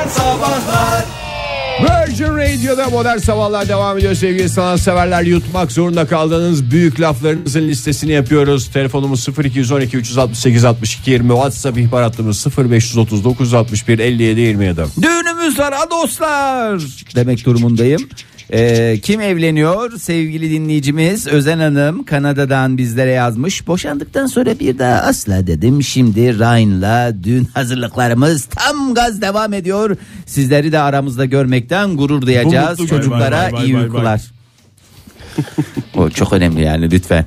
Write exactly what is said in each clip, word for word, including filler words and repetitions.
Modern Sabahlar Virgin Radio'da Modern Sabahlar devam ediyor sevgili sanatseverler. Yutmak zorunda kaldığınız büyük laflarınızın listesini yapıyoruz. Telefonumuz sıfır iki on iki üç altı sekiz altmış iki yirmi, WhatsApp ihbar hattımız sıfır beş otuz dokuz altmış bir elli yedi yirmi yedi. Düğünümüz var ha dostlar demek durumundayım. Ee, kim evleniyor? Sevgili dinleyicimiz Özen Hanım Kanada'dan bizlere yazmış. Boşandıktan sonra bir daha asla dedim. Şimdi Ryan'la düğün hazırlıklarımız tam gaz devam ediyor. Sizleri de aramızda görmekten gurur duyacağız. mutlu Çocuklara bay, bay, bay, iyi bay, uykular. O çok önemli yani, lütfen.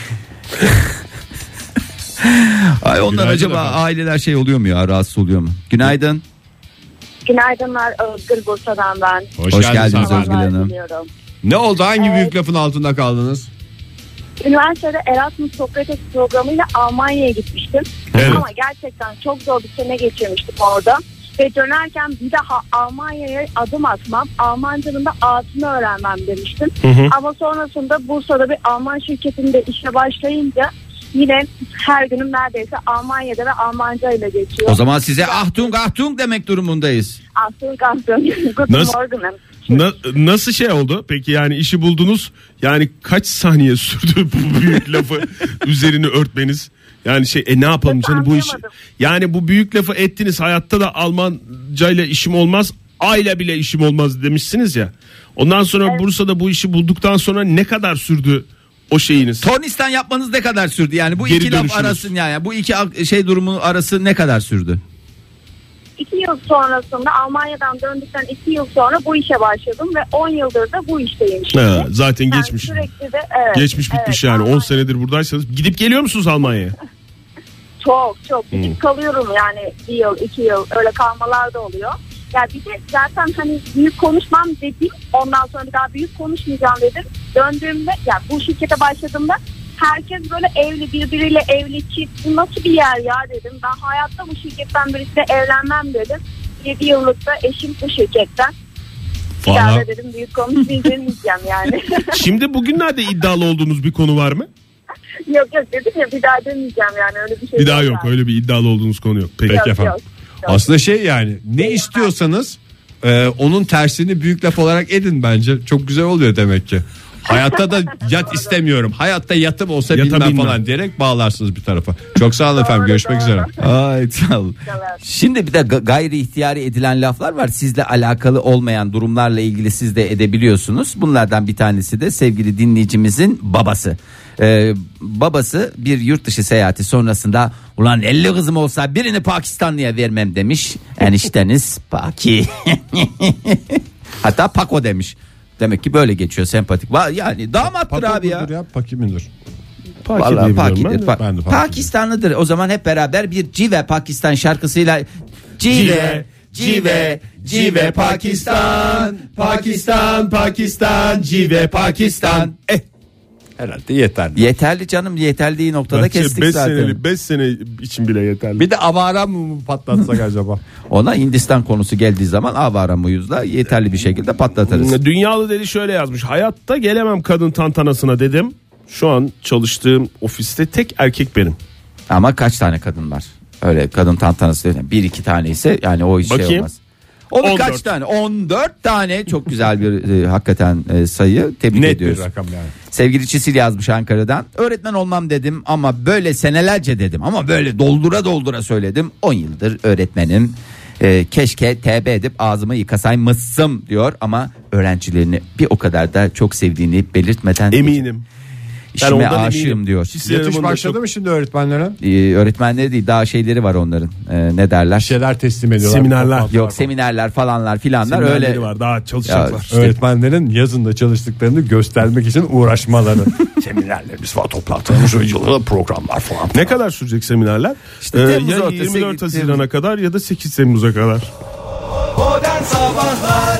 Ay onlar Günaydın acaba efendim. aileler şey oluyor mu ya, rahatsız oluyor mu? Günaydın. Günaydınlar, Özgür Bursa'dan ben. Hoş, Hoş geldiniz hanım. Özgür Hanım. Diliyorum. Ne oldu? Hangi Evet. büyük lafın altında kaldınız? Üniversitede Erasmus Sokrates programıyla Almanya'ya gitmiştim. Evet. Ama gerçekten çok zor bir sene geçirmiştim orada. Ve dönerken bir daha Almanya'ya adım atmam, Almancanın da A'sını öğrenmem demiştim. Hı hı. Ama sonrasında Bursa'da bir Alman şirketinde işe başlayınca yine her günüm neredeyse Almanya'da ve Almanca ile geçiyor. O zaman size Achtung Achtung demek durumundayız. Aslında aslında. Guten Nasıl- Morgen. Na- nasıl şey oldu? Peki yani işi buldunuz. Yani kaç saniye sürdü bu büyük lafı üzerini örtmeniz? Yani şey e ne yapalım Nasıl canım bu iş. anlayamadım. Yani bu büyük lafı ettiniz. Hayatta da Almancayla işim olmaz. Ayla bile işim olmaz demişsiniz ya. Ondan sonra Evet. Bursa'da bu işi bulduktan sonra ne kadar sürdü o şeyiniz? Tornistan yapmanız ne kadar sürdü? Yani bu Geri iki laf dönüşünüz. arası, yani bu iki ak- şey durumu arası ne kadar sürdü? İki yıl sonrasında Almanya'dan döndükten iki yıl sonra bu işe başladım ve on yıldır da bu işteyim şimdi. Ha, zaten Yani geçmiş. sürekli de evet, Geçmiş bitmiş evet, yani on Almanya- senedir buradaysanız. Gidip geliyor musunuz Almanya'ya? Çok çok gidip kalıyorum yani bir yıl iki yıl öyle kalmalar da oluyor. Ya bir de zaten hani büyük konuşmam dedim, ondan sonra bir daha büyük konuşmayacağım dedim. Döndüğümde ya bu şirkete başladığımda herkes böyle evli, birbiriyle evli, çift, bu nasıl bir yer ya dedim. Ben hayatta bu şirketten birisiyle evlenmem dedim. yedi yıllık da eşim bu şirketten. Bir daha Vallahi- da dedim büyük konuşmayacağım yani. Şimdi bugünlerde iddialı olduğunuz bir konu var mı? Yok yok dedim ya, bir daha demeyeceğim yani, öyle bir şey Bir daha yok, yani. öyle bir iddialı olduğunuz konu yok. Peki. Peki Yok, efendim. yok, yok. Aslında şey yani ne istiyorsanız e, onun tersini büyük laf olarak edin bence. Çok güzel oluyor demek ki. Hayatta da yat istemiyorum. Hayatta yatım olsa Yata bilmem bilmem. falan diyerek bağlarsınız bir tarafa. Çok sağ olun efendim. Doğru, Görüşmek doğru. üzere. Ay sağ olun. Şimdi bir de ga- gayri ihtiyari edilen laflar var. Sizle alakalı olmayan durumlarla ilgili siz de edebiliyorsunuz. Bunlardan bir tanesi de sevgili dinleyicimizin babası. Ee, babası bir yurt dışı seyahati sonrasında ulan elli kızım olsa birini Pakistanlıya vermem demiş. Enişteniz Paki. Hatta Pako demiş. Demek ki böyle geçiyor, sempatik. Va- Yani damattır abi ya. ya Paki midir? Vallahi Paki'dir. ben de. Pa- Ben de Paki'dir. Pakistanlıdır. O zaman hep beraber bir Cive Pakistan şarkısıyla Cive Cive Cive Pakistan Pakistan Pakistan Cive Pakistan. Eh, Herhalde yeterli. yeterli canım, yeterliği noktada kestik beş zaten. seneli beş sene için bile yeterli. Bir de avara mı patlatsak acaba? Ona Hindistan konusu geldiği zaman avara muyuzla yeterli bir şekilde patlatırız. Dünyalı Deli şöyle yazmış. Hayatta gelemem kadın tantanasına dedim. Şu an çalıştığım ofiste tek erkek benim. Ama kaç tane kadın var? Öyle kadın tantanası değil. Bir iki tane ise yani o iş şey Bakayım. olmaz. O da on dört. kaç tane? on dört tane. Çok güzel bir e, hakikaten e, sayı. Tebrik Net ediyoruz. bir rakam yani. Sevgili Çisil yazmış Ankara'dan. Öğretmen olmam dedim ama böyle senelerce dedim. Ama böyle doldura doldura söyledim. on yıldır öğretmenim. Ee, keşke tevbe edip ağzımı yıkasaymışsın diyor. Ama öğrencilerini bir o kadar da çok sevdiğini belirtmeden. Eminim. İşime ondan aşığım eminim. diyor. Çisil Yatış Hanım'ın da başladı çok- mı şimdi öğretmenlerin? Ee, öğretmenleri değil, daha şeyleri var onların. Ee, ne derler? Bir şeyler teslim ediyorlar. Seminerler. Toplantılar Yok falan. seminerler falanlar filanlar Seminerleri öyle. var, daha çalışacaklar. Ya, işte- Öğretmenlerin yazında çalıştıklarını göstermek için uğraşmaları. Seminerlerimiz var, toplantılarımız, oyuncularla programlar falan. Ne kadar sürecek seminerler? İşte Ee, Temmuz ya ortası, yirmi dört Temmuz. Haziran'a kadar ya da sekiz Temmuz'a kadar. Modern Sabahlar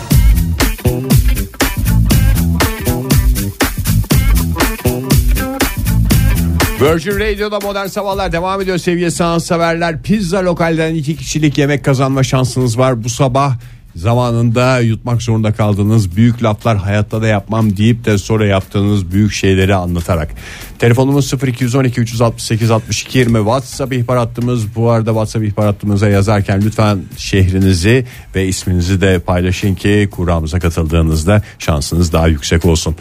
Virgin Radio'da Modern Sabahlar devam ediyor sevgili sanatseverler. Pizza Lokal'den iki kişilik yemek kazanma şansınız var. Bu sabah zamanında yutmak zorunda kaldığınız büyük laflar, hayatta da yapmam deyip de sonra yaptığınız büyük şeyleri anlatarak. Telefonumuz sıfır iki on iki üç altı sekiz altmış iki yirmi. WhatsApp ihbar hattımız. Bu arada WhatsApp ihbar hattımıza yazarken lütfen şehrinizi ve isminizi de paylaşın ki kuramıza katıldığınızda şansınız daha yüksek olsun.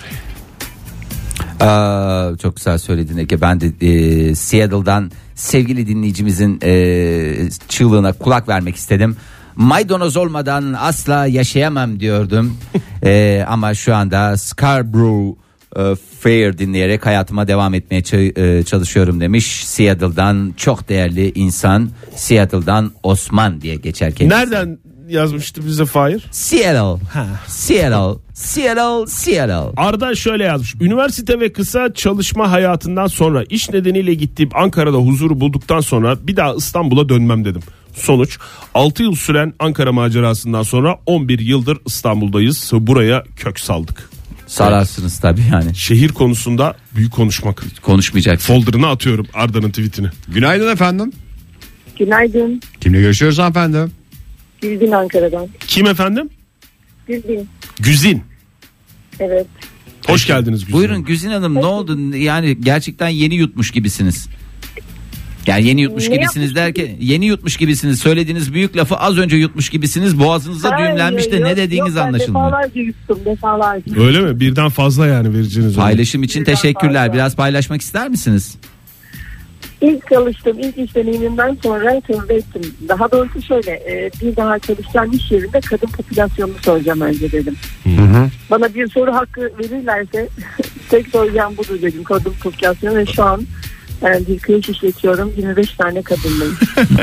Aa, çok güzel söyledin Ege. Ben de e, Seattle'dan sevgili dinleyicimizin e, çığlığına kulak vermek istedim. Maydanoz olmadan asla yaşayamam diyordum. e, ama şu anda Scarborough e, Fair dinleyerek hayatıma devam etmeye ç- e, çalışıyorum demiş. Seattle'dan çok değerli insan, Seattle'dan Osman diye geçer kendisi. Nereden yazmıştı bize Fahir? Seattle. Seattle. Seattle. Seattle. Arda şöyle yazmış. Üniversite ve kısa çalışma hayatından sonra iş nedeniyle gittiğim Ankara'da huzuru bulduktan sonra bir daha İstanbul'a dönmem dedim. Sonuç altı yıl süren Ankara macerasından sonra on bir yıldır İstanbul'dayız. Buraya kök saldık. Sararsınız tabii yani. Şehir konusunda büyük konuşmak. Konuşmayacaksın. Folder'ına atıyorum Arda'nın tweetini. Günaydın efendim. Günaydın. Kimle görüşüyoruz efendim? Gülbin Ankara'dan. Kim efendim? Gülbin. Güzin. Evet. Hoş geldiniz Güzin. Buyurun Güzin Hanım, ne oldu? Yani gerçekten yeni yutmuş gibisiniz. Yani yeni yutmuş Ne gibisiniz yapmış derken yeni yutmuş gibisiniz. Söylediğiniz büyük lafı az önce yutmuş gibisiniz. Boğazınızda Hayır, düğümlenmiş de yok, ne dediğiniz yok, anlaşılmıyor. Ben defalarca yuttum defalarca. Öyle mi? Birden fazla yani vereceğiniz. Paylaşım için Birden teşekkürler. fazla. Biraz paylaşmak ister misiniz? İlk çalıştığım ilk iş deneyimimden sonra tövbe ettim. Daha doğrusu şöyle e, bir daha çalışacağım iş yerinde kadın popülasyonunu soracağım önce dedim. Hı hı. Bana bir soru hakkı verirlerse tek soracağım budur dedim, kadın popülasyonu ve şu an yani bir kreş işletiyorum, yirmi beş tane kadınlayım.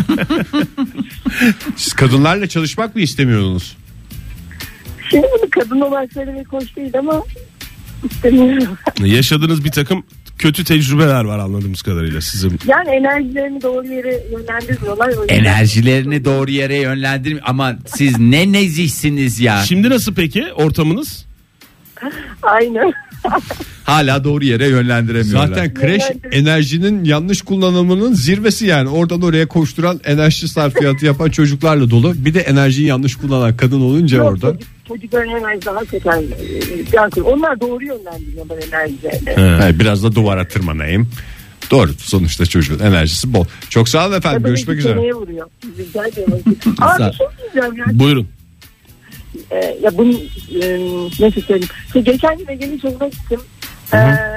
Siz kadınlarla çalışmak mı istemiyordunuz? Şimdi bunu kadın olarak söylemek hoş değil ama istemiyorum. Yaşadığınız bir takım kötü tecrübeler var anladığımız kadarıyla sizin. Yani enerjilerini doğru yere yönlendirmiyorlar. O yüzden- Enerjilerini doğru yere yönlendirmiyor. Ama siz ne nezihsiniz ya. Şimdi nasıl peki ortamınız? Aynı. Hala doğru yere yönlendiremiyorlar. Zaten kreş enerjinin yanlış kullanımının zirvesi yani. Oradan oraya koşturan, enerji sarfiyatı yapan çocuklarla dolu. Bir de enerjiyi yanlış kullanan kadın olunca Yok, orada. çocuk- Çocukların enerjisi daha kötü. Yani onlar doğru yönlendiriyorlar enerjilerini. Evet, biraz da duvara tırmanayım. Doğru, sonuçta çocuğun enerjisi bol. Çok sağ olun efendim, Kadın görüşmek iki üzere. seneye vuruyor. Rica ediyorum. Abi bir şey diyeceğim ya. Buyurun. Ee, ya bunun e, nasıl söyleyeyim. İşte geçen gün Ege'nin çoğuna gittim. Ee,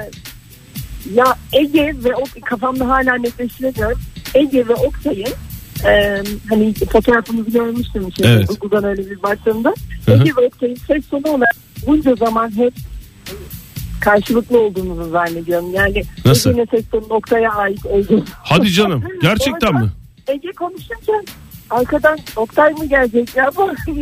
ya Ege ve o kafamda hala netleştiremiyorum. Ege ve Oktay'ın e, hani fotoğrafımızı görmüştüm. Işte, Evet. Google'dan öyle bir baktığımda. Hı hı. Ege ve Oktay'ın ses tonu olarak bunca zaman hep karşılıklı olduğumuzu zannediyorum. Yani Nasıl? Ege'nin ses tonu Oktay'a ait olduğunu. Hadi canım, gerçekten Sonra mi? Ege konuşurken arkadan Oktay mı gelecek ya?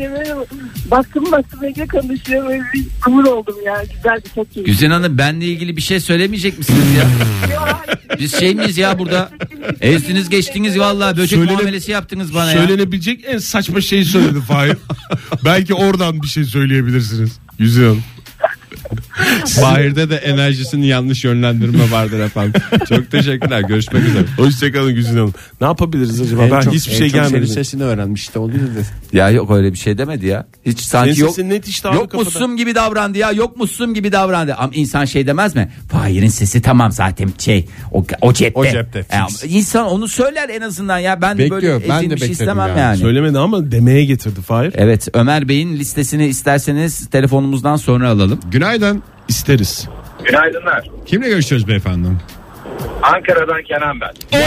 Baktım baktım Ege konuşuyor. Böyle bir gurur oldum ya. Güzel bir çok keyifli. Güzin Hanım, benle ilgili bir şey söylemeyecek misiniz ya? Biz şey miyiz ya burada? Ezdiniz geçtiniz vallahi, böcek Söylene- muamelesi yaptınız bana ya. Söylenebilecek en saçma şeyi söyledi Fahir. Belki oradan bir şey söyleyebilirsiniz. Güzel Hanım. Fahir'de de enerjisini yanlış yönlendirme vardır efendim. Çok teşekkürler, görüşmek üzere. Hoşçakalın Güzin Hanım. Ne yapabiliriz acaba? En Ben çok- hiçbir en şey çok senin gelmedi. sesini öğrenmiş işte, oluyor dedi. Ya yok, öyle bir şey demedi ya. Hiç sanki Senin yok. sesin net işte abi Yok kafada. musun gibi davrandı ya. Yok musun gibi davrandı. Ama insan şey demez mi? Fahir'in sesi tamam zaten şey. O, o cepte. O cepte, Ya, fix. insan onu söyler en azından ya. Ben de Bekliyor, böyle ben de ezilmiş bekledim istemem yani. yani. Söylemedi ama demeye getirdi Fahir. Evet, Ömer Bey'in listesini isterseniz telefonumuzdan sonra alalım. Günaydın. İsteriz. Günaydınlar. Kimle görüşüyoruz beyefendi? Ankara'dan Kenan ben.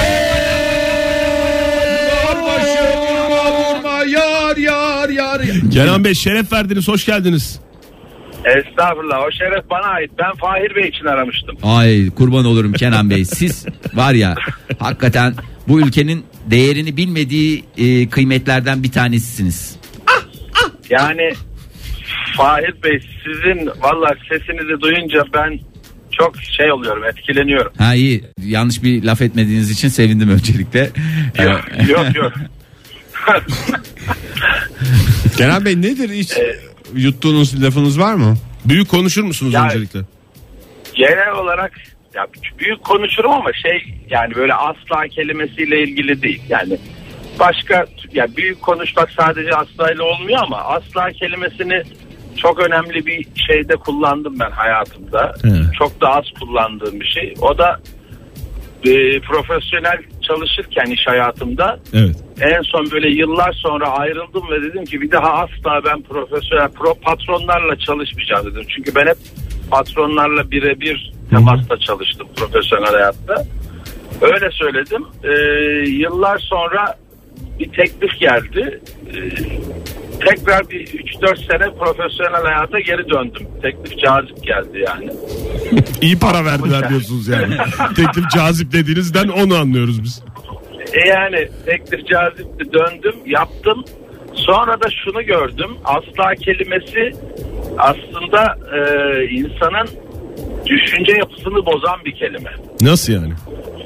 Vurma vurma yar yar yar. Kenan Bey, şeref verdiniz, hoş geldiniz. Estağfurullah, o şeref bana ait. Ben Fahir Bey için aramıştım. Ay kurban olurum Kenan Bey. Siz var ya, hakikaten bu ülkenin değerini bilmediği e, kıymetlerden bir tanesisiniz. Yani Fahir Bey, sizin vallahi sesinizi duyunca ben çok şey oluyorum, etkileniyorum. Ha iyi, yanlış bir laf etmediğiniz için sevindim öncelikle. Yok yok. yok. Kenan Bey, nedir hiç yuttuğunuz lafınız var mı? Büyük konuşur musunuz Ya- öncelikle? Genel olarak ya büyük konuşurum ama şey, yani böyle asla kelimesiyle ilgili değil. Yani başka yani büyük konuşmak sadece asla ile olmuyor ama asla kelimesini çok önemli bir şeyde kullandım ben hayatımda. Evet. Çok da az kullandığım bir şey. O da e, profesyonel çalışırken iş hayatımda evet. En son böyle yıllar sonra ayrıldım ve dedim ki bir daha asla ben profesyonel pro patronlarla çalışmayacağım dedim. Çünkü ben hep patronlarla birebir temasta çalıştım profesyonel hayatta. Öyle söyledim. Ee, yıllar sonra bir teklif geldi. Ee, tekrar bir üç dört sene profesyonel hayata geri döndüm. Teklif cazip geldi yani. İyi para verdiler diyorsunuz yani. Teklif cazip dediğinizden onu anlıyoruz biz. E yani teklif cazipti, döndüm, yaptım. Sonra da şunu gördüm. Asla kelimesi aslında e, insanın düşünce yapısını bozan bir kelime. Nasıl yani?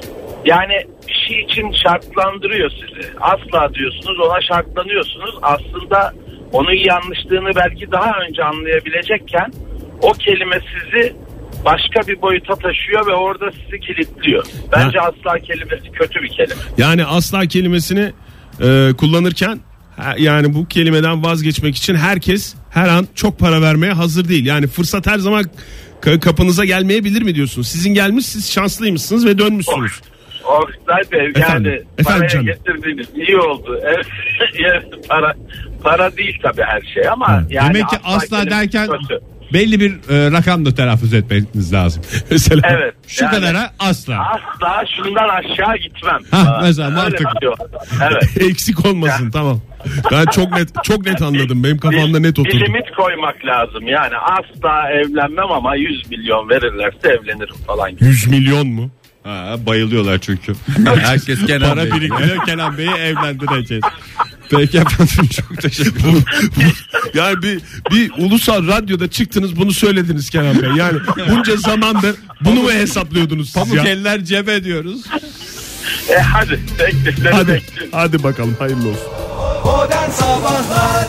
Yani bir şey için şartlandırıyor sizi. Asla diyorsunuz, ona şartlanıyorsunuz. Aslında onun yanlışlığını belki daha önce anlayabilecekken o kelime sizi başka bir boyuta taşıyor ve orada sizi kilitliyor. Bence ha. asla kelimesi kötü bir kelime. Yani asla kelimesini e, kullanırken yani bu kelimeden vazgeçmek için herkes her an çok para vermeye hazır değil. Yani fırsat her zaman kapınıza gelmeyebilir mi diyorsunuz? Sizin gelmiş, siz şanslıymışsınız ve dönmüşsünüz. Oktay Bey efendim, yani efendim paraya canım. Getirdiniz iyi oldu. Evet, para para değil tabii her şey ama ha. yani demek ki asla, asla derken kötü. Belli bir e, rakam da telaffuz etmeniz lazım. Mesela evet, şu yani, kadara asla. Asla şundan aşağı gitmem. Ha, mesela mantıklı. Evet. Eksik olmasın yani. Tamam. Ben çok net çok net anladım. Benim kafamda net oturdu. Bir limit koymak lazım. Yani asla evlenmem ama yüz milyon verirlerse evlenirim falan gibi. yüz milyon mu? Ha, bayılıyorlar çünkü. Herkes Kenan para Bey. biriktiriyor. Kenan Bey'i evlendireceğiz. Peki efendim, çok teşekkür ederim. Yani bir, bir ulusal radyoda çıktınız, bunu söylediniz Kenan Bey. Yani bunca zamandır bunu mu hesaplıyordunuz siz Pamuk ya? eller cebe diyoruz. E hadi. Bekle, hadi, bekle. hadi bakalım, hayırlı olsun. Modern Sabahlar.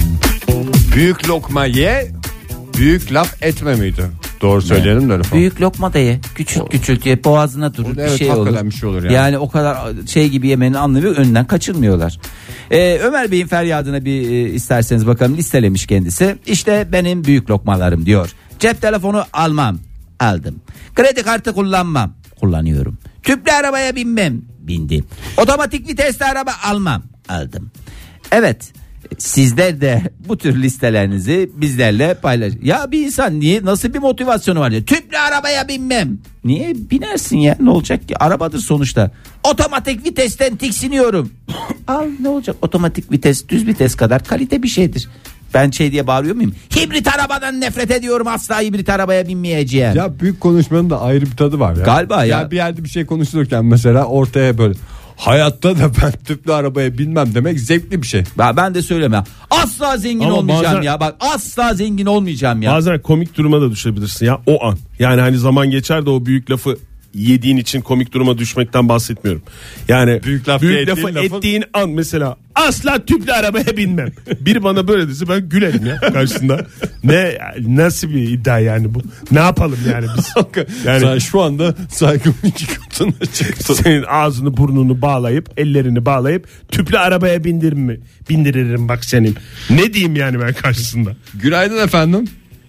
Büyük lokma ye, büyük laf etme miydi? Doğru söyleyelim de öyle falan. Büyük lokma da ye. Küçük küçük ye. Boğazına durur. Evet, bir şey olur. bir şey olur yani. Yani o kadar şey gibi yemenin anlamı önünden kaçırmıyorlar. Ee, Ömer Bey'in feryadına bir e, isterseniz bakalım, listelemiş kendisi. İşte benim büyük lokmalarım diyor. Cep telefonu almam. Aldım. Kredi kartı kullanmam. Kullanıyorum. Tüplü arabaya binmem. Bindim. Otomatik vitesli araba almam. Aldım. Evet. Sizler de bu tür listelerinizi bizlerle paylaş. Ya bir insan niye, nasıl bir motivasyonu var ya? Tüplü arabaya binmem. Niye binersin ya? Ne olacak ki? Arabadır sonuçta. Otomatik vitesten tiksiniyorum. Al, ne olacak? Otomatik vites düz vites kadar kalite bir şeydir. Ben şey diye bağırıyor muyum? Hibrit arabadan nefret ediyorum, asla hibrit arabaya binmeyeceğim. Ya büyük konuşmanın da ayrı bir tadı var ya. Galiba ya. Ya bir yerde bir şey konuşulurken mesela ortaya böyle hayatta da ben tüplü arabaya binmem demek zevkli bir şey. Ben, ben de söyleme. Asla zengin Ama olmayacağım bazen, ya. Bak asla zengin olmayacağım ya. Bazen komik duruma da düşebilirsin ya o an. Yani hani zaman geçer de o büyük lafı yediğin için komik duruma düşmekten bahsetmiyorum. Yani büyük, laf büyük lafı ettiğin, ettiğin an mesela asla tüplü arabaya binmem. Biri bana böyle dese ben gülerim ya karşısında. Ne, nasıl bir iddia yani bu? Ne yapalım yani biz? Yani sen şu anda saygımın iki katına çıktın. Senin ağzını burnunu bağlayıp ellerini bağlayıp tüplü arabaya bindir mi? Bindiririm bak senin. Ne diyeyim yani ben karşısında? Günaydın efendim.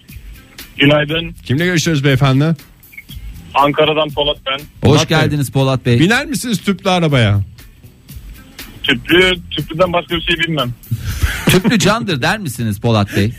Günaydın. Kimle görüşüyoruz beyefendi? Ankara'dan Polat ben. Hoş Polat geldiniz Bey. Polat Bey. Biner misiniz tüplü arabaya? Tüplü, tüplüden başka bir şey bilmem. Tüplü candır der misiniz Polat Bey?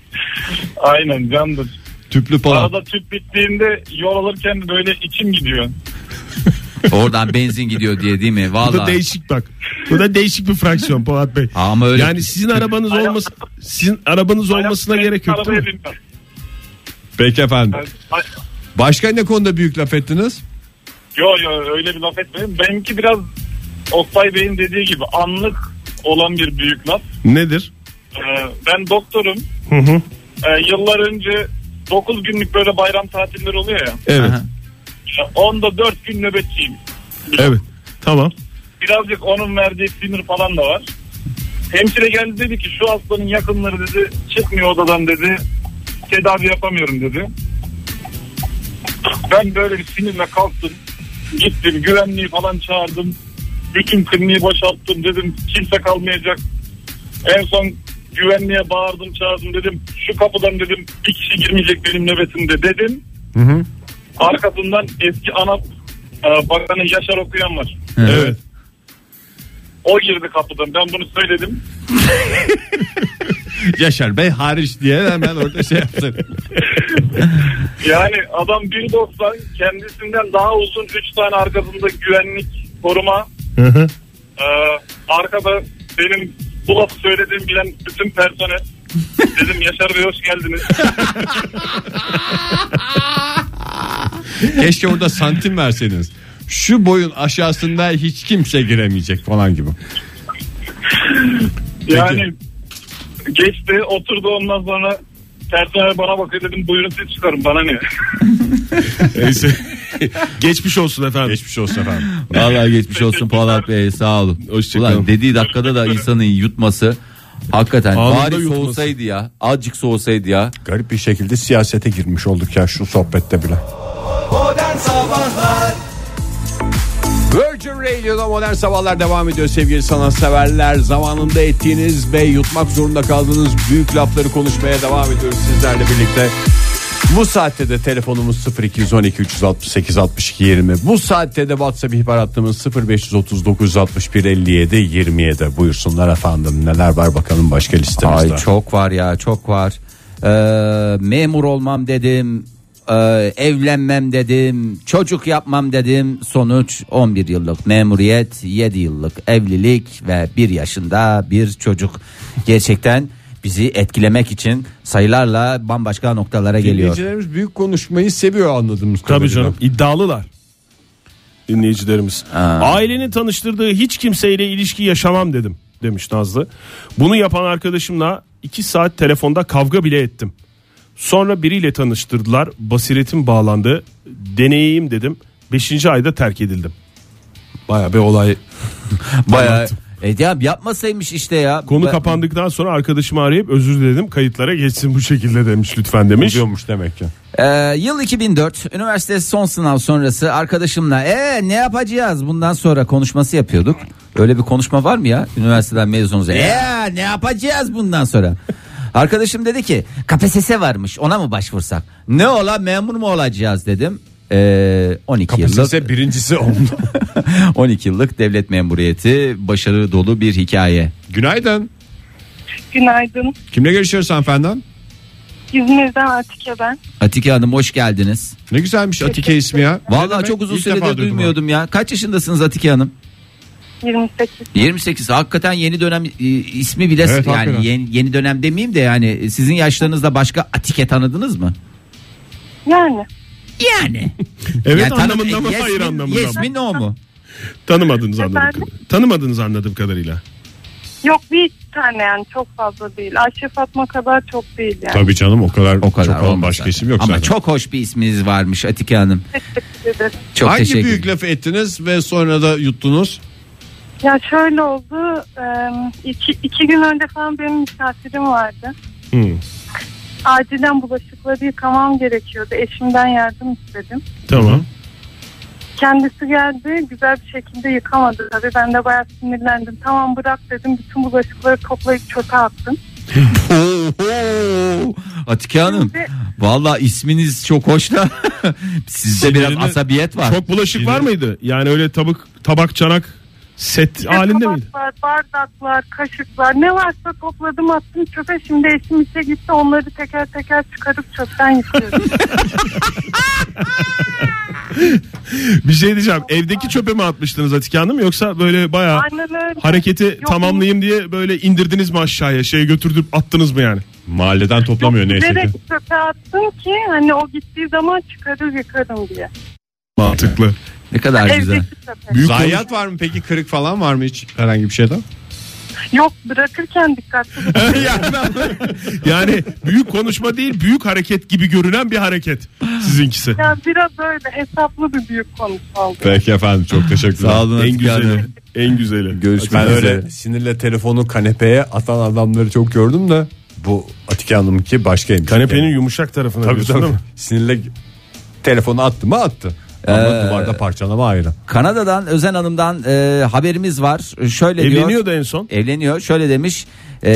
Aynen candır. Tüplü Polat. Arada tüp bittiğinde yol alırken böyle içim gidiyor. Oradan benzin gidiyor diye değil mi? Vallahi. Bu da değişik bak. Bu da değişik bir fraksiyon Polat Bey. Ama öyle. Yani sizin arabanız olması, sizin arabanız olmasına gerek yok değil mi? Peki efendim. Başka ne konuda büyük laf ettiniz? Yo yo öyle bir laf etmeyin. Benimki biraz Oktay Bey'in dediği gibi anlık olan bir büyük laf. Nedir? Ee, ben doktorum. Hı hı. Ee, yıllar önce dokuz günlük böyle bayram tatilleri oluyor ya. Evet. Aha. Onda dört gün nöbetçiyim. Evet. Tamam. Birazcık onun verdiği sinir falan da var. Hemşire geldi, dedi ki şu hastanın yakınları dedi çıkmıyor odadan dedi. Tedavi yapamıyorum dedi. Ben böyle bir sinirle kalktım. Gittim güvenliği falan çağırdım. bütün kliniği boşalttım dedim. Kimse kalmayacak. En son güvenliğe bağırdım çağırdım dedim. Şu kapıdan dedim bir kişi girmeyecek benim nöbetimde dedim. Hı hı. Arkasından eski ana e, bakanı Yaşar Okuyan var. Evet. O girdi kapıdan. Ben bunu söyledim. Yaşar Bey hariç diye hemen orada şey yaptın. Yani adam bir doksan kendisinden daha uzun üç tane arkasında güvenlik koruma. Hı hı. Ee, arkada benim bu lafı söylediğim bilen bütün personel. Dedim Yaşar Bey hoş geldiniz. Keşke orada santim verseydiniz. Şu boyun aşağısında hiç kimse giremeyecek falan gibi. Yani geçti oturdu ondan sonra personel bana bakıyor dedim buyurun siz çıkarın bana ne. Neyse. Geçmiş olsun efendim. Geçmiş olsun efendim. Vallahi geçmiş olsun Polat Bey, sağ olun. Hoşçakalın. Ulan dediği dakikada da insanın yutması hakikaten Anında bari yutması. soğusaydı ya. Azıcık soğusaydı ya. Garip bir şekilde siyasete girmiş olduk ya şu sohbette bile. Modern Sabahlar. Virgin Radio'da Modern Sabahlar devam ediyor sevgili sanatseverler. Zamanında ettiğiniz ve yutmak zorunda kaldığınız büyük lafları konuşmaya devam ediyoruz sizlerle birlikte. Bu saatte de telefonumuz sıfır iki on iki üç altı sekiz altmış iki yirmi. Bu saatte de WhatsApp ihbar hattımız sıfır beş otuz dokuz altmış bir elli yedi yirmi yedi. Buyursunlar efendim, neler var bakalım başka listemizde. Ay çok var ya, çok var. Ee, memur olmam dedim. Ee, evlenmem dedim, çocuk yapmam dedim, sonuç on bir yıllık memuriyet, yedi yıllık evlilik ve bir yaşında bir çocuk. Gerçekten bizi etkilemek için sayılarla bambaşka noktalara geliyor. Dinleyicilerimiz büyük konuşmayı seviyor anladığımız Tabii kadarıyla. canım, iddialılar dinleyicilerimiz. Ha. Ailenin tanıştırdığı hiç kimseyle ilişki yaşamam dedim demiş Nazlı. Bunu yapan arkadaşımla iki saat telefonda kavga bile ettim. Sonra biriyle tanıştırdılar. Basiretim bağlandı. Deneyeyim dedim. Beşinci ayda terk edildim. Baya bir olay. Bayağı e ya yapmasaymış işte ya. Konu Ben- kapandıktan sonra arkadaşımı arayıp özür diledim. Kayıtlara geçsin bu şekilde demiş lütfen demiş. Oluyormuş demek ki. Ee, yıl iki bin dört, üniversite son sınav sonrası arkadaşımla ee, ne yapacağız bundan sonra konuşması yapıyorduk. Öyle bir konuşma var mı ya üniversiteden mezunuz? Ee, ne yapacağız bundan sonra? Arkadaşım dedi ki K P S S varmış, ona mı başvursak? Ne ola, memur mu olacağız dedim. Ee, on iki K P S S yıllık birincisi oldu. on iki yıllık devlet memuriyeti, başarı dolu bir hikaye. Günaydın. Günaydın. Kimle görüşüyoruz hanımefendi? İzmir'den Atike ben. Atike Hanım hoş geldiniz. Ne güzelmiş Atike ismi ya. Ne Vallahi demek? çok uzun İlk defa süredir duydum duymuyordum ya. Kaç yaşındasınız Atike Hanım? yirmi sekiz. yirmi sekiz. Hakikaten yeni dönem e, ismi bile Evet, yani hakikaten. yeni, yeni dönem demeyeyim de yani sizin yaşlarınızda başka Atike tanıdınız mı? Yani. Yani. Evet Yani tanı- anlamında mı yes hayır mi- anlamında yes mı? mi no mu? Tanımadınız anladığım Efendim? kadarıyla. Tanımadınız anladığım kadarıyla. Yok bir tane yani çok fazla değil. Ayşe Fatma kadar çok değil yani. Tabii canım o kadar, O kadar çok olan olmasa. başka isim yok Ama zaten. çok hoş bir isminiz varmış Atike Hanım. Teşekkür ederim. Çok Hangi teşekkür büyük lafı ettiniz ve sonra da yuttunuz? Ya şöyle oldu. E, iki, iki gün önce falan benim misafirim vardı. Hmm. Acilen bulaşıkları yıkamam gerekiyordu. Eşimden yardım istedim. Tamam. Kendisi geldi, güzel bir şekilde yıkamadı tabii. Ben de bayağı sinirlendim. Tamam bırak dedim. Bütün bulaşıkları toplayıp çöpe attım. Oho! Atike Hanım. Şimdi- Valla isminiz çok hoş da sizde biraz Sinirli- asabiyet var. Çok bulaşık var mıydı? Yani öyle tabak, tabak, çanak set halinde miydi? Tabaklar, bardaklar, kaşıklar ne varsa topladım attım çöpe. Şimdi eşim işe gitti, onları teker teker çıkarıp çöpten yıkıyorum. Bir şey diyeceğim. Evdeki çöpe mi atmıştınız Atike Hanım, yoksa böyle bayağı Aynen öyle. hareketi Yok, tamamlayayım diye böyle indirdiniz mi aşağıya, şeye götürdüp attınız mı yani? Mahalleden toplamıyor neyse ki. Direkt çöpe attım ki hani o gittiği zaman çıkarır yıkarım diye. Mantıklı. Ne kadar güzel. Evdeki çöpe. Büyük Zayiat var mı peki, kırık falan var mı hiç herhangi bir şeyden? Yok bırakırken dikkatli. yani, yani büyük konuşma değil, büyük hareket gibi görünen bir hareket sizinkisi. Yani biraz öyle hesaplı bir büyük konuşma oldu. Peki efendim, çok teşekkürler. Sağ olun En Atike Hanım. güzeli. En güzeli. Görüşmek Ben üzere. öyle sinirle telefonu kanepeye atan adamları çok gördüm de bu Atike Hanım'ınki başkaymış. Kanepenin Yani. yumuşak tarafına Tabii diyorsun tabii. değil mi? Sinirle telefonu attı mı attı. Ama Ee, duvarda parçalama ayrı. Kanada'dan Özen Hanım'dan e, haberimiz var. Şöyle diyor. Evleniyordu en son. Evleniyor. Şöyle demiş. E,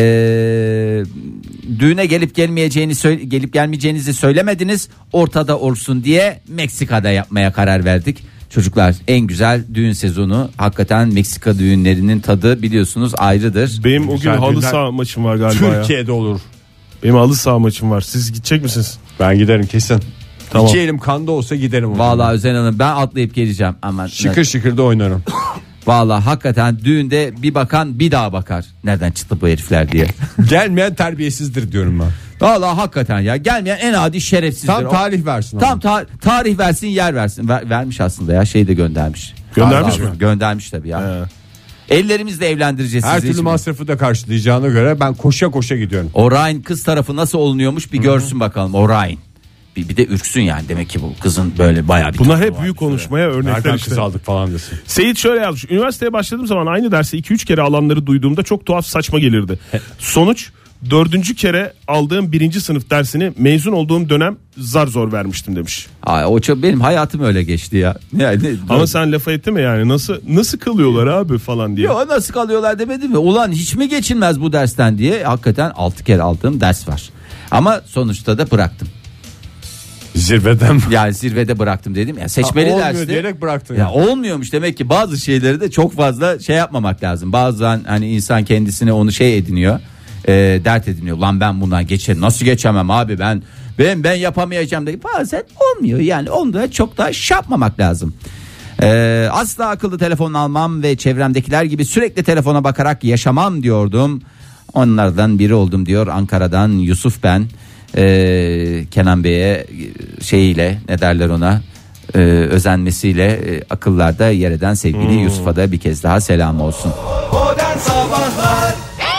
düğüne gelip gelmeyeceğini söyle, gelip gelmeyeceğinizi söylemediniz. Ortada olsun diye Meksika'da yapmaya karar verdik. Çocuklar, en güzel düğün sezonu. Hakikaten Meksika düğünlerinin tadı biliyorsunuz ayrıdır. Benim o gün Güzel halı düğünler saha maçım var galiba ya. Türkiye'de olur. Benim halı saha maçım var. Siz gidecek misiniz? Ben giderim kesin. Tamam. İki elim kanda olsa giderim. Vallahi Özen Hanım, ben atlayıp geleceğim ama Şıkır şıkır da oynarım. vallahi hakikaten düğünde bir bakan bir daha bakar. Nereden çıktı bu herifler diye. Gelmeyen terbiyesizdir diyorum ben. Vallahi hakikaten ya, gelmeyen en adi şerefsizdir. Tam O- tarih versin. Tam ta- tarih versin, yer versin. Ver- vermiş aslında ya, şey de göndermiş. Göndermiş Vallahi mi? Göndermiş tabii ya. He. Ellerimizle evlendireceğiz Her sizi. türlü hiç mi? masrafı da karşılayacağına göre ben koşa koşa gidiyorum. Orion kız tarafı nasıl olunuyormuş bir görsün bakalım Orion. Bir, bir de ürksün yani, demek ki bu kızın böyle bayağı bir Bunlar topu hep var. büyük konuşmaya örnekler Nereden işte. kız aldık falan desin. Seyit şöyle yazmış. Üniversiteye başladığım zaman aynı dersi iki üç kere alanları duyduğumda çok tuhaf, saçma gelirdi. Sonuç, dördüncü kere aldığım birinci sınıf dersini mezun olduğum dönem zar zor vermiştim demiş. Ay, o çok, benim hayatım öyle geçti ya. Yani, Ama sen lafa etti mi yani, nasıl nasıl kılıyorlar abi falan diye. Yo, nasıl kalıyorlar demedim mi? Ulan hiç mi geçilmez bu dersten diye. Hakikaten altı kere aldığım ders var. Ama sonuçta da bıraktım. Zirveden mi? Yani zirvede bıraktım dedim. Ya seçmeli Ha, olmuyor derste. diyerek bıraktın. Ya olmuyormuş, demek ki bazı şeyleri de çok fazla şey yapmamak lazım. Bazen hani insan kendisine onu şey ediniyor. E, dert ediniyor. Lan ben bundan geçerim. Nasıl geçemem abi, ben ben ben yapamayacağım diye. Bazen olmuyor. Yani onu da çok da şey yapmamak lazım. Ee, asla akıllı telefon almam ve çevremdekiler gibi sürekli telefona bakarak yaşamam diyordum. Onlardan biri oldum diyor Ankara'dan Yusuf ben. Ee, Kenan Bey'e şeyiyle, ne derler ona, e, özenmesiyle e, akıllarda yer eden sevgili Hmm. Yusuf'a da bir kez daha selam olsun. Modern Sabahlar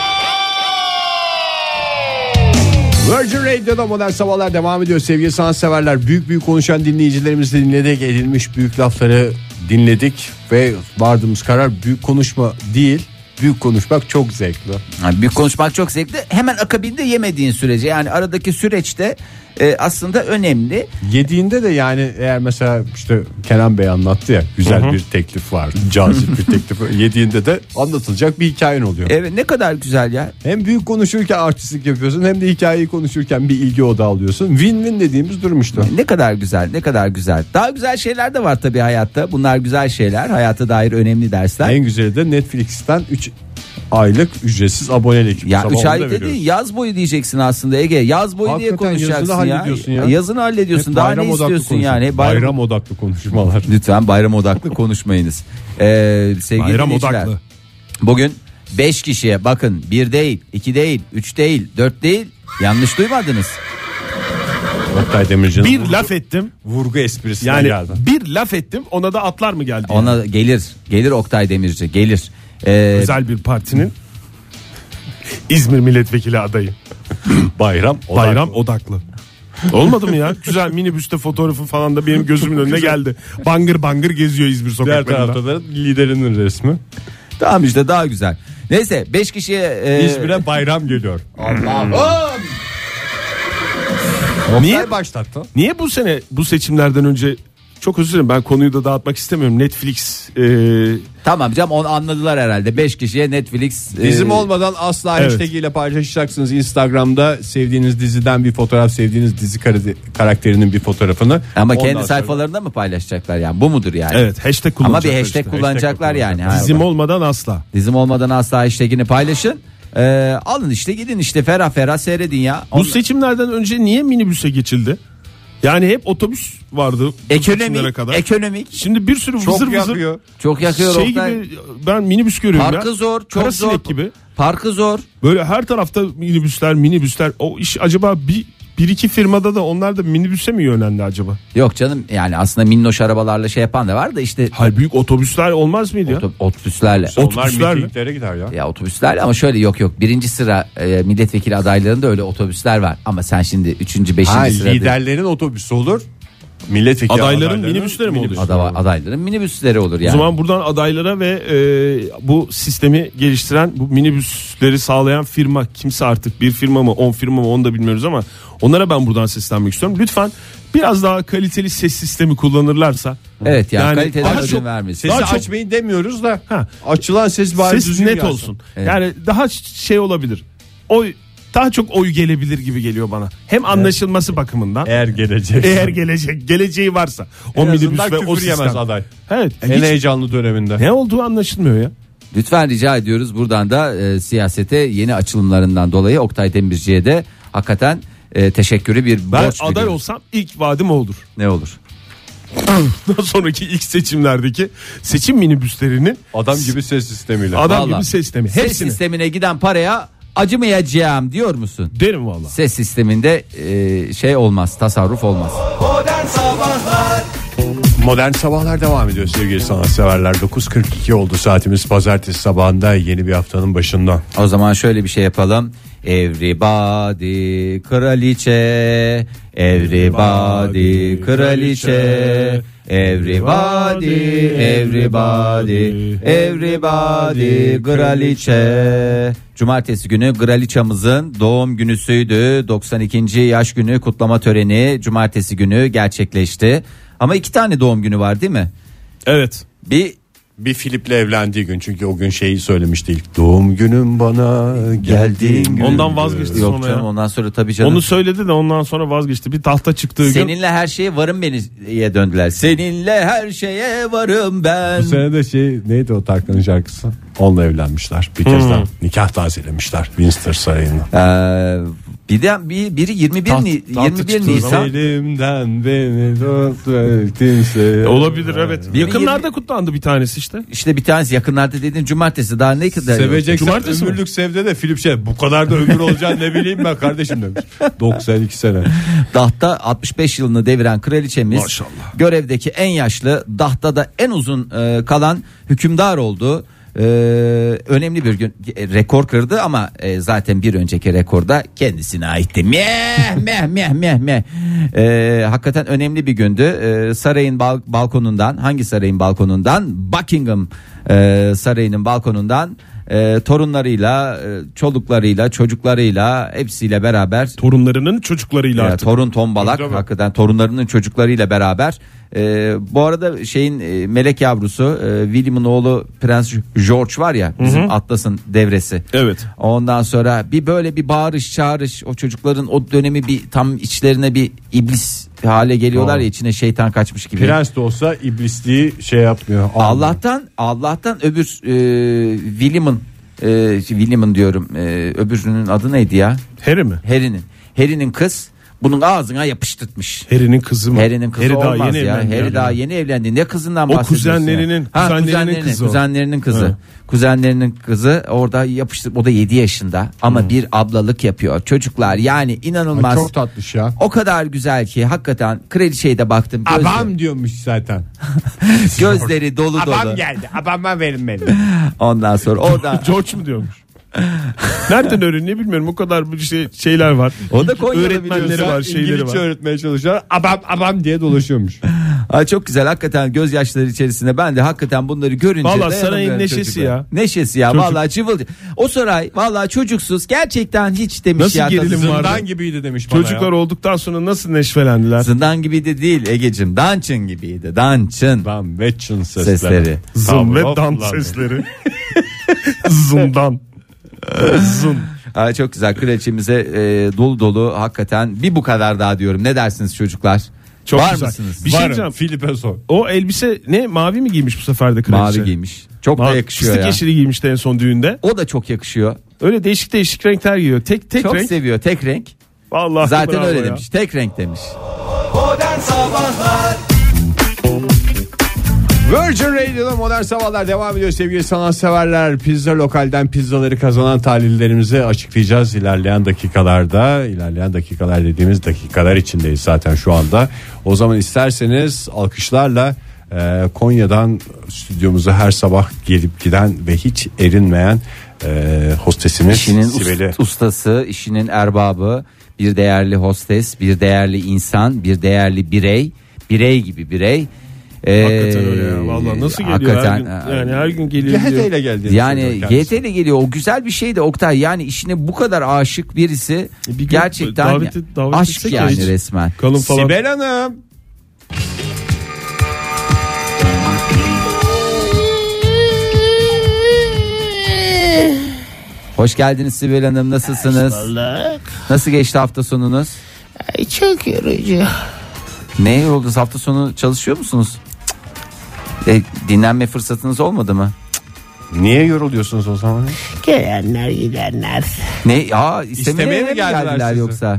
Virgin Radio'da Modern Sabahlar devam ediyor sevgili sanatseverler. Büyük büyük konuşan dinleyicilerimizle dinledik, edilmiş büyük lafları dinledik ve vardığımız karar büyük konuşma değil, büyük konuşmak çok zevkli. Yani büyük konuşmak çok zevkli. Hemen akabinde yemediğin sürece, yani aradaki süreçte e, aslında önemli. Yediğinde de yani eğer mesela işte Kenan Bey anlattı ya, güzel Hı hı. bir teklif var, cazip bir teklif. Yediğinde de anlatılacak bir hikayen oluyor. Evet, ne kadar güzel ya. Hem büyük konuşurken artistlik yapıyorsun, hem de hikayeyi konuşurken bir ilgi odağı alıyorsun. Win-win dediğimiz durum işte. Ne kadar güzel, ne kadar güzel. Daha güzel şeyler de var tabii hayatta. Bunlar güzel şeyler. Hayata dair önemli dersler. En güzeli de Netflix'ten üç aylık ücretsiz abonelik. Ya Sabah üç onu da ay dedi, veriyoruz. yaz boyu diyeceksin aslında Ege. Yaz boyu diye Hakikaten konuşacaksın yazını ya. hallediyorsun ya. Yazını hallediyorsun. Hep Daha bayram ne odaklı istiyorsun konuşma. yani? Bayram... Bayram... odaklı konuşmalar. Lütfen bayram odaklı konuşmayınız. Ee, sevgili Bayram dinleyiciler, odaklı. bugün beş kişiye, bakın, bir değil, iki değil, üç değil, dört değil, yanlış duymadınız. Oktay Demirci'nin Bir vurgu, laf ettim. vurgu esprisine Yani geldi. bir laf ettim, ona da atlar mı geldi? yani? Ona gelir, gelir Oktay Demirci, gelir. Ee, Özel bir partinin İzmir milletvekili adayı. Bayram odaklı. Bayram odaklı. Olmadı mı ya? Güzel minibüste fotoğrafı falan da benim gözümün önüne geldi. Bangır bangır geziyor İzmir Diğer sokaklarında. tarafta da liderinin resmi. Tamam işte, daha güzel. Neyse, beş kişiye e, İzmir'e bayram geliyor. Allah'ım. Niye? Oktay başlattı. Niye bu sene bu seçimlerden önce, çok özür dilerim, ben konuyu da dağıtmak istemiyorum. Netflix e, Tamam canım, onu anladılar herhalde. Beş kişiye Netflix. Bizim e, olmadan asla evet. hashtag ile paylaşacaksınız Instagram'da sevdiğiniz diziden bir fotoğraf, sevdiğiniz dizi kar- karakterinin bir fotoğrafını. Ama Ondan kendi sonra- sayfalarında mı paylaşacaklar yani? Bu mudur yani? evet hashtag Ama kullanacaklar. bir hashtag işte. kullanacaklar yani. Ha, Dizim bak. olmadan asla. Dizim olmadan asla hashtagini paylaşın. Ee, alın işte, gidin işte ferah ferah seyredin ya. Bu seçimlerden önce niye minibüse geçildi? Yani hep otobüs vardı bu seçimlere ekonomik, kadar. ekonomik Şimdi bir sürü Çok vızır vızır yakıyor. çok yakıyor şey Oktay. gibi, ben minibüs görüyorum Parkı ya. zor, çok Kara zor. sinek gibi. Parkı zor. Böyle her tarafta minibüsler minibüsler. O iş acaba bir, bir iki firmada da onlar da minibüse mi yönlendi acaba? Yok canım, yani aslında minnoş arabalarla şey yapan da var da işte Hayır, büyük otobüsler olmaz mıydı ya? oto- otobüslerle. Onlar Otobüslerle. mitinglere gider ya. Ya otobüslerle, ama şöyle yok yok. Birinci sıra e, milletvekili adaylarında öyle otobüsler var. Ama sen şimdi üçüncü, beşinci Ha, sırada liderlerin otobüsü olur. Milletvekili Adayların adaylarının minibüsleri mi oluyor? minibüsü Ada- adayların minibüsleri olur yani. O zaman buradan adaylara ve e, bu sistemi geliştiren, bu minibüsleri sağlayan firma kimse, artık bir firma mı on firma mı onu da bilmiyoruz ama onlara ben buradan seslenmek istiyorum. Lütfen biraz daha kaliteli ses sistemi kullanırlarsa. Evet yani, Yani kaliteden daha ödün çok- vermesin. Sesi Daha çok- açmayın demiyoruz da Ha. açılan ses bari Ses düzgün net gelsin. olsun. Evet. Yani daha şey olabilir. Oy daha çok oy gelebilir gibi geliyor bana. Hem anlaşılması bakımından. Eğer gelecek. Eğer gelecek, geleceği varsa. O En minibüs azından ve o küfür yemez sistem. aday. Evet. En hiç heyecanlı döneminde. ne olduğu anlaşılmıyor ya. Lütfen rica ediyoruz buradan da e, siyasete yeni açılımlarından dolayı Oktay Demirci'ye de hakikaten e, teşekkürü bir Ben borç aday biliyorum. olsam ilk vaadim o olur. Ne olur? Daha sonraki ilk seçimlerdeki seçim minibüslerinin Adam gibi ses sistemiyle. adam Vallahi. gibi ses sistemi. Ses Hepsini sistemine giden paraya acımayacağım diyor musun? derim valla. Ses sisteminde e, şey olmaz, tasarruf olmaz. Modern Sabahlar Modern Sabahlar devam ediyor sevgili sanatseverler. dokuz kırk iki oldu saatimiz, pazartesi sabahında yeni bir haftanın başında. O zaman şöyle bir şey yapalım. Everybody kraliçe, everybody kraliçe, everybody, everybody, everybody kraliçe. Cumartesi günü kraliçamızın doğum günüsüydü. doksan ikinci yaş günü kutlama töreni cumartesi günü gerçekleşti. Ama iki tane doğum günü var değil mi? Evet. Bir Bir Filip'le evlendiği gün, çünkü o gün şeyi söylemişti ilk. Doğum günüm bana geldiğin gün. Ondan vazgeçti yok sonra canım, ya. ondan sonra tabii canım. Onu söyledi de ondan sonra vazgeçti. Bir tahta çıktığı gün. Seninle her şeye varım beni'ye döndüler. Seninle her şeye varım ben. Bu sene de şey neydi o Tarkan'ın şarkısı? Onunla evlenmişler. Bir kez daha nikah tazelemişler Windsor Sarayı'nda. Ee, bir de bir, biri yirmi bir, Taht- Ni- tahtı yirmi bir çıktığı Nisan. Elimden beni tuttu kimse. Olabilir evet. Bir Yakınlarda yirmi- kutlandı bir tanesi işte. İşte bir tanesi yakınlarda dediğin cumartesi, daha ne kadar? Seveceksen Cumartesi mi? ömürlük sevde de Filip şey bu kadar da ömür olacağını ne bileyim ben kardeşim demiş. doksan iki sene. Dahta altmış beş yılını deviren kraliçemiz, Maşallah. görevdeki en yaşlı, dahtada en uzun e, kalan hükümdar oldu. Ee, önemli bir gün, e, rekor kırdı ama e, zaten bir önceki rekorda kendisine aitti. Meh meh meh meh meh. Ee, hakikaten önemli bir gündü. Ee, sarayın bal- balkonundan, hangi sarayın balkonundan? Buckingham e, sarayının balkonundan e, torunlarıyla, e, çoluklarıyla, çocuklarıyla, hepsiyle beraber, Torunlarının çocuklarıyla ya, artık. torun tombalak, Tabii. hakikaten torunlarının çocuklarıyla beraber. Ee, bu arada şeyin e, melek yavrusu, e, William'ın oğlu Prens George var ya, bizim Atlas'ın devresi. Evet. Ondan sonra bir böyle bir bağırış çağırış, o çocukların o dönemi bir tam içlerine bir iblis hale geliyorlar ya, içine şeytan kaçmış gibi. Prens de olsa iblisliği şey yapmıyor. Allah'tan Allah'tan öbür e, William'ın e, William'ın diyorum, e, öbürünün adı neydi ya? Harry mi? Harry'nin. Harry'nin kız bunun ağzına yapıştırtmış. Harry'nin kızı mı? Harry'nin kızı Harry daha olmaz yeni ya. evlendi Harry yani. daha yeni evlendi. Ne kızından O bahsediyorsun? kuzenlerinin- ya? Ha, kuzenlerinin kuzenlerinin kızı o. kuzenlerinin kızı. Ha. Kuzenlerinin kızı orada yapıştır. O da yedi yaşında ama bir ablalık yapıyor. Çocuklar yani inanılmaz. Çok tatlış ya. O kadar güzel ki hakikaten, kraliçeye de baktım. Gözleri, Abam diyormuş zaten. gözleri dolu dolu. Abam geldi. Abama verin beni. Ondan sonra orada George mu diyormuş? Nereden öğreniyor bilmiyorum. O kadar bir şey, şeyler var. O da Konya'da öğretmenleri biliyorsun. var, şeyleri İngilizce var. öğretmeye çalışıyor. Abam abam diye dolaşıyormuş. Ay çok güzel hakikaten, gözyaşları içerisinde ben de hakikaten bunları görünce Valla dayanamıyorum sarayın neşesi çocuklar. ya. Neşesi ya Çocuk. vallahi cıvıl. O saray vallahi çocuksuz gerçekten hiç demiş Nasıl ya. gerilim tadı- vardı? Zindan gibiydi demiş bana Çocuklar ya. olduktan sonra nasıl neşvelendiler. Zindan gibiydi değil Egeciğim, dançın gibiydi, dançın Ben ve çın sesleri. sesleri. Zın ve Tavro dan kullandı. sesleri. Zından. Zın. Ay çok güzel, kraliçemize e, dolu dolu hakikaten, bir bu kadar daha diyorum. Ne dersiniz çocuklar? Çok Var güzel. mısınız? Bir şey Varım. diyeceğim. Filip'e sor. O elbise ne, mavi mi giymiş bu sefer de kraliçe? Mavi giymiş. Çok da Mavi- yakışıyor Fıstık ya. yeşili giymişti en son düğünde. O da çok yakışıyor. Öyle değişik değişik renkler giyiyor. Tek tek Çok renk. seviyor, tek renk. Vallahi Zaten bravo öyle ya. demiş. Tek renk demiş. Modern Sabahlar Virgin Radio'da Modern Sabahlar devam ediyor sevgili sanatseverler. Pizza Lokal'den pizzaları kazanan talihlerimizi açıklayacağız ilerleyen dakikalarda. İlerleyen dakikalar dediğimiz dakikalar içindeyiz zaten şu anda. O zaman isterseniz alkışlarla e, Konya'dan stüdyomuza her sabah gelip giden ve hiç erinmeyen e, hostesimiz İşinin Sibel'i. ust- ustası, işinin erbabı, bir değerli hostes, bir değerli insan, bir değerli birey, birey gibi birey. Ee, Hakikaten öyle ya. Vallahi nasıl geliyor her gün? Yani her gün geliyor. G T diyor. ile geldi. Yani G T ile geliyor. O güzel bir şey de Oktay. Yani işine bu kadar aşık birisi Bir gün gerçekten davet et- davet aşk etsek yani ya hiç. resmen. Kalın falan. Sibel Hanım. Hoş geldiniz Sibel Hanım. Nasılsınız? Nasıl geçti hafta sonunuz? Ay, çok yorucu. Ne oldu? Hafta sonu çalışıyor musunuz? E, dinlenme fırsatınız olmadı mı? Niye yoruluyorsunuz o zaman? Gelenler gidenler. Ne? Aa, istemeye, İstemeye mi mi geldiler geldiler sizi? yoksa?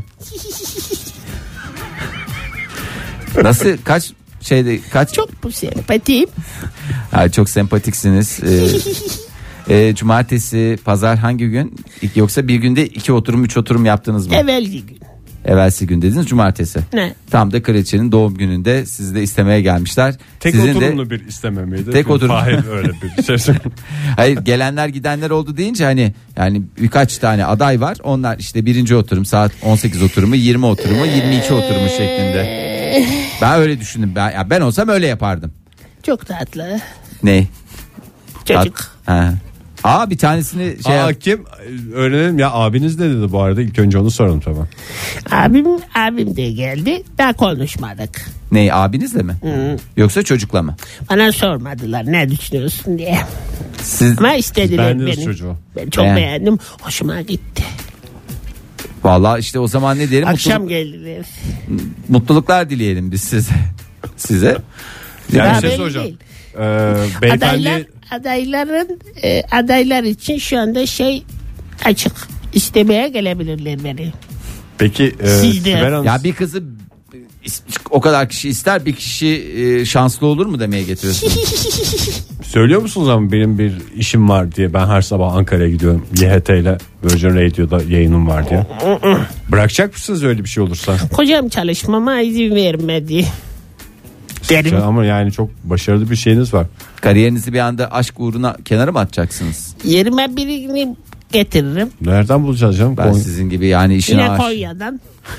Nasıl? Kaç şeyde kaç? Çok bu sempatiyim. Ha, çok sempatiksiniz. Ee, e, cumartesi, pazar hangi gün? İki- Yoksa bir günde iki oturum, üç oturum yaptınız mı? Evvelki gün. Evvelsi gün dediniz cumartesi. Ne? Tam da kraliçenin doğum gününde sizi de istemeye gelmişler. Tek Sizin de- oturumlu bir isteme miydi? Tek oturum. Fahir öyle bir şey. Hayır, gelenler gidenler oldu deyince hani yani birkaç tane aday var. Onlar işte birinci oturum saat on sekiz oturumu, yirmi oturumu, yirmi iki oturumu şeklinde. Ben öyle düşündüm. Ben, ya ben olsam öyle yapardım. Çok tatlı. Ne? Çocuk. Ha. Aa, bir tanesini şey Aa, yap- kim? Öğrenelim ya, abiniz ne dedi bu arada? İlk önce onu soralım tamam. Abim abim de geldi. Daha konuşmadık. Ne, abinizle mi? Yoksa çocukla mı? Bana sormadılar ne düşünüyorsun diye. Siz Ama istediler beğendiniz beni. çocuğu. Ben çok Beğen- beğendim. Hoşuma gitti. vallahi işte o zaman ne diyelim? Akşam Mutluluk- geldiler. mutluluklar dileyelim biz size. Size. Yani Daha bir şey belli soracağım. değil. Ee, beyefendi Adaylar, adayların e, adaylar için şu anda şey açık. İstemeye gelebilirler beni. peki e, Siz de. Sibel Hanım, Ya bir kızı o kadar kişi ister, bir kişi e, şanslı olur mu demeye getiriyorsunuz? söylüyor musunuz ama benim bir işim var diye, ben her sabah Ankara'ya gidiyorum. Y H T ile Virgin Radio'da yayınım var diye. Bırakacak mısınız öyle bir şey olursa? Kocam çalışmama izin vermedi. Derim. Ama yani çok başarılı bir şeyiniz var. Kariyerinizi bir anda aşk uğruna kenara mı atacaksınız? Yerime birini getiririm. Nereden bulacağız canım? Ben Kon- sizin gibi yani işine Yine aşık. Konya'dan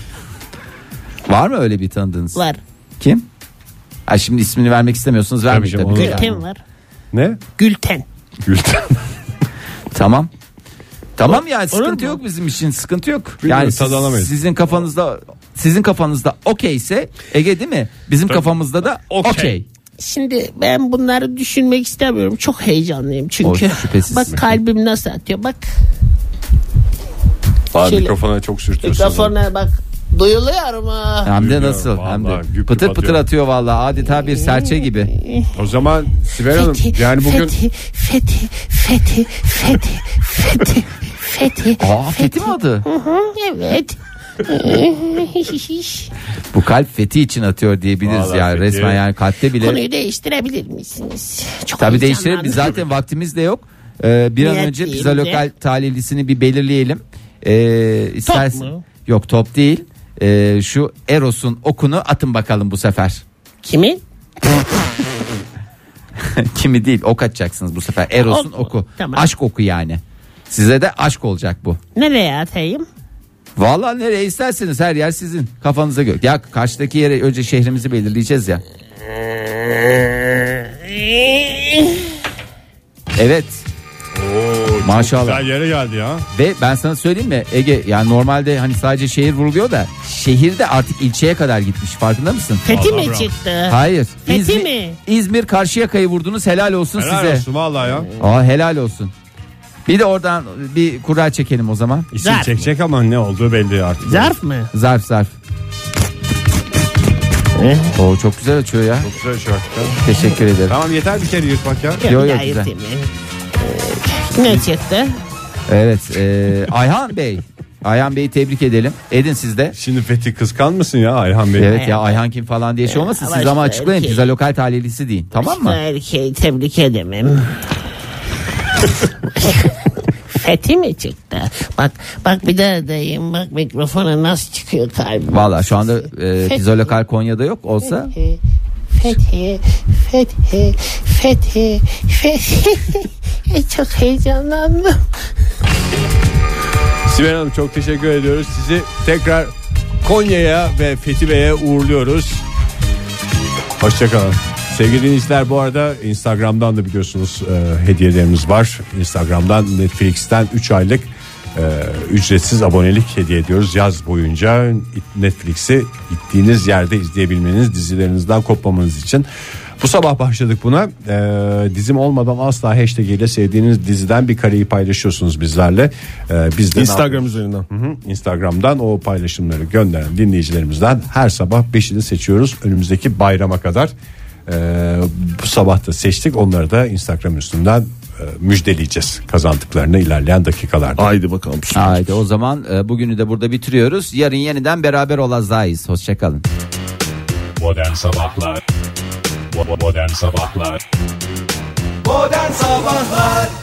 Var mı öyle bir tanıdığınız? var. Kim? Ha, şimdi ismini vermek istemiyorsunuz, vermeyin canım, tabii. onu- ki. Gülten var. Ne? Gülten. Gülten. Tamam. Tamam yani Olur sıkıntı mu? yok bizim için, sıkıntı yok. Bilmiyorum, Yani siz- tadı alamayız. sizin kafanızda sizin kafanızda okeyse Ege değil mi? Bizim kafamızda da Okey. okey. Şimdi ben bunları düşünmek istemiyorum. Çok heyecanlıyım çünkü. O şüphesiz. Bak kalbim nasıl atıyor. Bak Aa, Şöyle- mikrofona çok sürtüyorsunuz. mikrofona bak. Duyuluyor mu? Hem de Duyuyorum, nasıl? Hem de vallahi güp güp pıtır pıtır atıyor. atıyor vallahi, adeta bir serçe gibi. O zaman Sibel Hanım, Fethi, yani bugün Fethi, Fethi, Fethi, Fethi, Fethi, Fethi. Aa, Fethi mi adı? Hı hı, evet. Bu kalp Fethi için atıyor diyebiliriz Vallahi yani, Fethi. resmen yani kalpte bile. Konuyu değiştirebilir misiniz? Çok Tabii değiştirelim, biz heyecanlandım. zaten vaktimiz de yok. Ee, bir an Niyet önce değil pizza de. lokal talihlisini bir belirleyelim. Ee, istersen mu? yok, top değil. Ee, şu Eros'un okunu atın bakalım bu sefer. Kimin? Kimi değil, ok atacaksınız bu sefer. Eros'un Ok mu? oku. Tamam. Aşk oku yani. Size de aşk olacak bu. Nereye atayım? Vallahi nereye isterseniz, her yer sizin kafanıza göre. Ya karşıdaki yere önce şehrimizi belirleyeceğiz ya. Evet. Maşallah. güzel yere geldi ya. Ve ben sana söyleyeyim mi Ege, yani normalde hani sadece şehir vuruluyor da şehirde artık ilçeye kadar gitmiş, farkında mısın? Fethi Vallahi mi bravo. çıktı? Hayır. Fethi İzmir, mi? İzmir Karşıyaka'yı vurdunuz, helal olsun Helal size. olsun vallahi ya. Aa, helal olsun. Bir de oradan bir kura çekelim o zaman. İsim Zarf çekecek ama ne olduğu belli artık. Zarf mı? Zarf zarf. O çok güzel açıyor ya. Çok güzel şu hakikaten. Teşekkür ederim. Tamam yeter bir kere yırtmak ya. Yok, Yo, bir yo, daha güzel. yırtayım yani. Ee, Ne çıktı? Evet. e, Ayhan Bey. Ayhan Bey'i tebrik edelim. Edin siz de. Şimdi Fethi kıskanmışsın ya Ayhan Bey. Evet ya, Ayhan kim falan diye şey olmasın. Siz Başka ama açıklayın. erkek. Pizza lokal talihlisi deyin. Tamam mı? Erkeği tebrik edemem. Fethi mi çıktı? Bak bak bir daha dayım, bak mikrofona nasıl çıkıyor kalbim. Valla şu anda e, pizza lokal Konya'da yok olsa. Fethi, Fethi, Fethi, Fethi. Ay, çok heyecanlandım. Sibel Hanım çok teşekkür ediyoruz. Sizi tekrar Konya'ya ve Fethi Bey'e uğurluyoruz. Hoşçakalın. Sevgili dinleyiciler, bu arada Instagram'dan da biliyorsunuz e, hediyelerimiz var. Instagram'dan Netflix'ten üç aylık e, ücretsiz abonelik hediye ediyoruz. Yaz boyunca Netflix'i gittiğiniz yerde izleyebilmeniz, dizilerinizden kopmamanız için. Bu sabah başladık buna. E, dizim olmadan asla hashtag ile sevdiğiniz diziden bir kareyi paylaşıyorsunuz bizlerle. E, biz de Instagram üzerinden. Hı hı, Instagram'dan o paylaşımları gönderen dinleyicilerimizden her sabah beşini seçiyoruz önümüzdeki bayrama kadar. Ee, bu sabah da seçtik, onları da Instagram üstünden e, müjdeleyeceğiz kazandıklarını ilerleyen dakikalarda. Haydi bakalım. Haydi o zaman e, bugünü de burada bitiriyoruz. Yarın yeniden beraber olacağız. Hoşçakalın. Modern Sabahlar Modern Sabahlar Modern Sabahlar